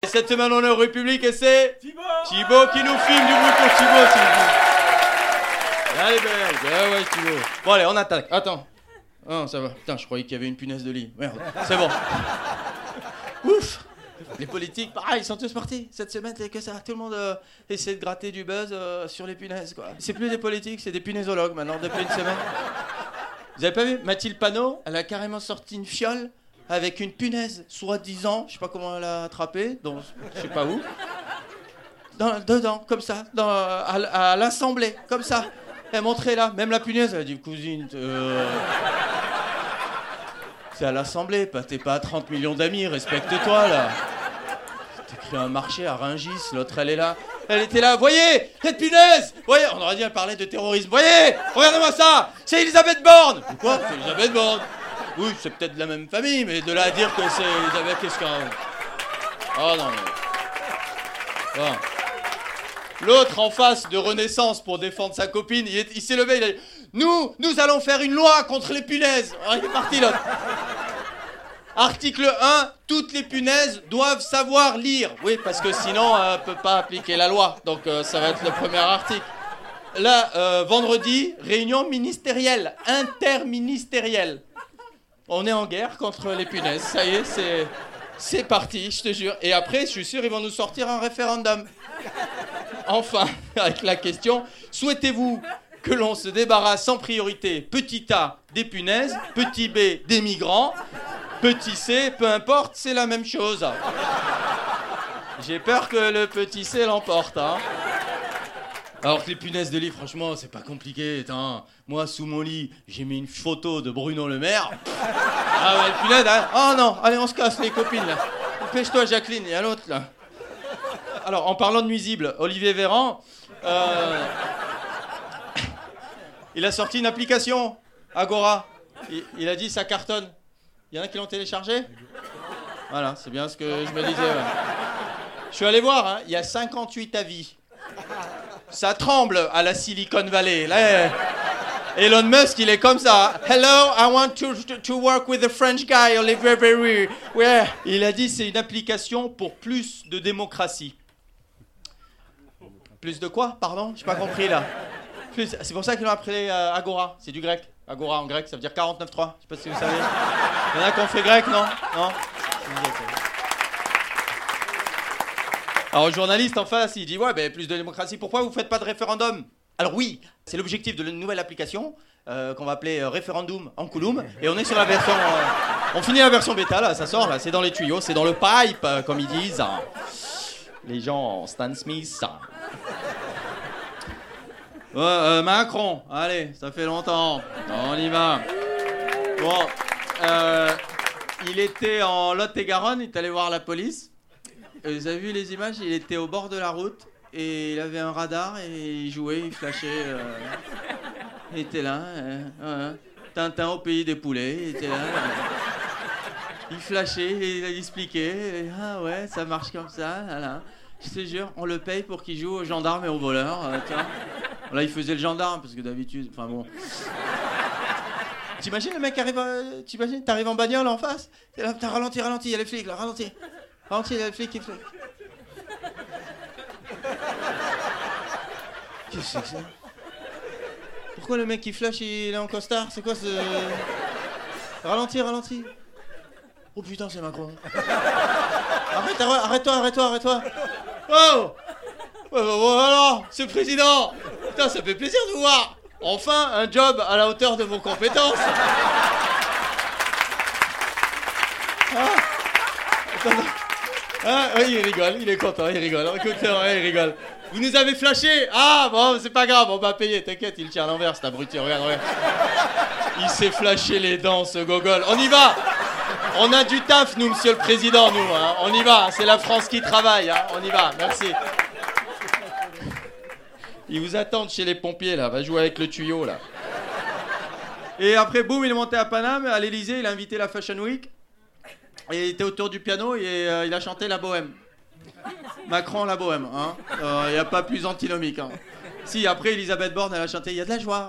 Cette semaine, on est au République et c'est... Thibaut qui nous filme du bruit pour Thibaut, s'il vous plaît. Allez, belle. Ouais, Thibaut. Bon, allez, on attaque. Attends. Oh, ça va. Putain, je croyais qu'il y avait une punaise de lit. Merde, c'est bon. Ouf. Les politiques, pareil, ils sont tous partis. Cette semaine, c'est que ça. Tout le monde essaie de gratter du buzz sur les punaises, quoi. C'est plus des politiques, c'est des punaisologues, maintenant, depuis une semaine. Vous avez pas vu Mathilde Panot, elle a carrément sorti une fiole avec une punaise, soi-disant, je sais pas comment elle a attrapé, donc je sais pas où. Dedans, comme ça, à l'Assemblée, comme ça. Elle montrait là, même la punaise, elle a dit, cousine, c'est à l'Assemblée, t'es pas à 30 millions d'amis, respecte-toi là. T'as créé un marché à Rungis, l'autre elle est là. Elle était là, voyez, cette punaise, voyez, on aurait dit elle parlait de terrorisme. Voyez, regardez-moi ça, c'est Elisabeth Borne. Quoi, c'est Elisabeth Borne? Oui, c'est peut-être de la même famille, mais de là à dire que c'est Elisabeth, qu'est-ce qu'on... Oh non, mais... Bon. L'autre en face de Renaissance pour défendre sa copine, il s'est levé, il a dit « Nous allons faire une loi contre les punaises !» Il est parti l'autre. Article 1, toutes les punaises doivent savoir lire. Oui, parce que sinon, elle ne peut pas appliquer la loi. Donc ça va être le premier article. Là, vendredi, réunion ministérielle, interministérielle. On est en guerre contre les punaises. Ça y est, c'est parti, je te jure. Et après, je suis sûr, ils vont nous sortir un référendum. Enfin, avec la question, souhaitez-vous que l'on se débarrasse en priorité, petit A, des punaises, petit B, des migrants, petit C, peu importe, c'est la même chose. J'ai peur que le petit C l'emporte, hein. Alors que les punaises de lit, franchement, c'est pas compliqué. Attends, moi, sous mon lit, j'ai mis une photo de Bruno Le Maire. Ah ouais, les punaises, hein. Oh non, allez, on se casse, les copines, là. Dépêche-toi, Jacqueline, il y a l'autre, là. Alors, en parlant de nuisibles, Olivier Véran, il a sorti une application, Agora. Il a dit, ça cartonne. Il y en a qui l'ont téléchargé? Voilà, c'est bien ce que je me disais. Ouais. Je suis allé voir, hein, il y a 58 avis. Ça tremble à la Silicon Valley. Là, Elon Musk, il est comme ça. Hello, I want to work with a French guy, Olivier Véran. Ouais. Il a dit, c'est une application pour plus de démocratie. Plus de quoi? Pardon? J'ai pas compris là. Plus, c'est pour ça qu'ils l'ont appelé Agora. C'est du grec. Agora en grec, ça veut dire 49.3. Je sais pas si vous savez. Il y en a qui ont fait grec, non? Non? Alors le journaliste en face, il dit ouais, ben plus de démocratie. Pourquoi vous faites pas de référendum? Alors oui, c'est l'objectif de la nouvelle application qu'on va appeler référendum en Kouloum. Et on est sur la version... on finit la version bêta là, ça sort là, c'est dans les tuyaux, c'est dans le pipe, comme ils disent. Les gens en Stan Smith. Macron, allez, ça fait longtemps. On y va. Bon, il était en Lot-et-Garonne, il est allé voir la police. Vous avez vu les images? Il était au bord de la route et il avait un radar et il jouait, il flashait. Il était là. Tintin au pays des poulets, il était là. Il flashait, il expliquait. Ah ouais, ça marche comme ça. Voilà. Je te jure, on le paye pour qu'il joue aux gendarmes et aux voleurs. Là, il faisait le gendarme, parce que d'habitude... Enfin bon... T'imagines le mec arrive... T'imagines, t'arrives en bagnole en face? T'as ralenti, il y a les flics, là, ralenti. Ralenti, il y a les flics qui... Qu'est-ce que c'est que ça? Pourquoi le mec qui flash, il est en costard? C'est quoi ce... Ralenti. Oh putain, c'est Macron. Arrête-toi. Oh! Voilà, c'est le président. Putain, ça fait plaisir de vous voir. Enfin, un job à la hauteur de vos compétences. Oui, il rigole, il est content, il rigole. Écoutez, il rigole. Vous nous avez flashé. Ah, bon, c'est pas grave, on va payer, t'inquiète, il tient à l'envers, cet abruti, regarde. Il s'est flashé les dents, ce gogol. On y va. On a du taf, nous, monsieur le président, nous. Hein. On y va, c'est la France qui travaille. Hein. On y va, merci. Ils vous attendent chez les pompiers, là. Va jouer avec le tuyau, là. Et après, boum, il est monté à Paname, à l'Elysée. Il a invité la Fashion Week. Et il était autour du piano et il a chanté la bohème. Macron, la bohème. Il n'y a pas plus antinomique. Hein. Si, après, Elisabeth Borne, elle a chanté « Il y a de la joie ».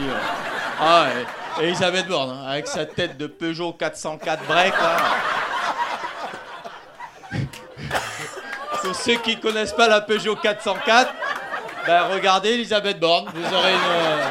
Et Elisabeth Borne, hein, avec sa tête de Peugeot 404 break, là. Pour ceux qui connaissent pas la Peugeot 404, ben regardez Elisabeth Borne, vous aurez une...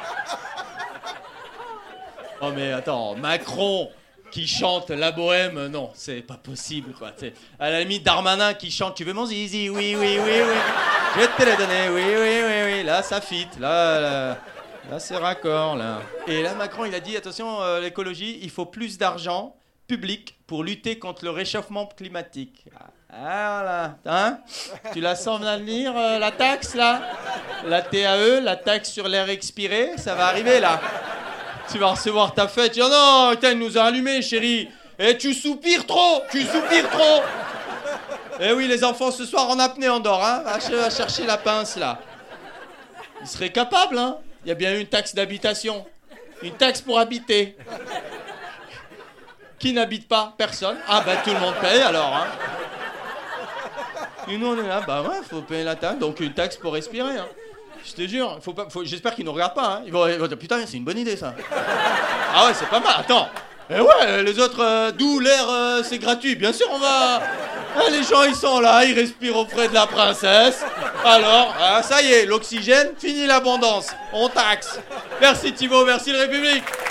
Oh mais attends, Macron qui chante La Bohème, non, c'est pas possible quoi. T'sais, à la limite Darmanin qui chante Tu veux mon zizi, oui, oui, oui, oui. Je vais te le donner, oui, oui, oui, oui. Là ça fit, là c'est raccord là. Et là Macron il a dit attention l'écologie, il faut plus d'argent public pour lutter contre le réchauffement climatique. Ah voilà, hein? Tu la sens venir la taxe là? La TAE, la taxe sur l'air expiré, ça va arriver là. Tu vas recevoir ta fête. Oh non, putain, il nous a allumés, chérie. Et tu soupires trop. Eh oui, les enfants, ce soir en apnée, on dort, hein. Va chercher la pince, là. Il serait capable, hein. Il y a bien une taxe d'habitation. Une taxe pour habiter. Qui n'habite pas? Personne. Ah, bah, tout le monde paye, alors, hein. Et nous, on est là. Bah ouais, faut payer la taxe. Donc, une taxe pour respirer, hein. Je te jure, j'espère qu'ils nous regardent pas, hein. Ils vont dire, putain, c'est une bonne idée, ça. Ah ouais, c'est pas mal, attends. Eh ouais, les autres, d'où l'air, c'est gratuit. Bien sûr, on va... Ah, les gens, ils sont là, ils respirent au frais de la princesse. Alors, ça y est, l'oxygène, fini l'abondance. On taxe. Merci Thibaut, merci le République.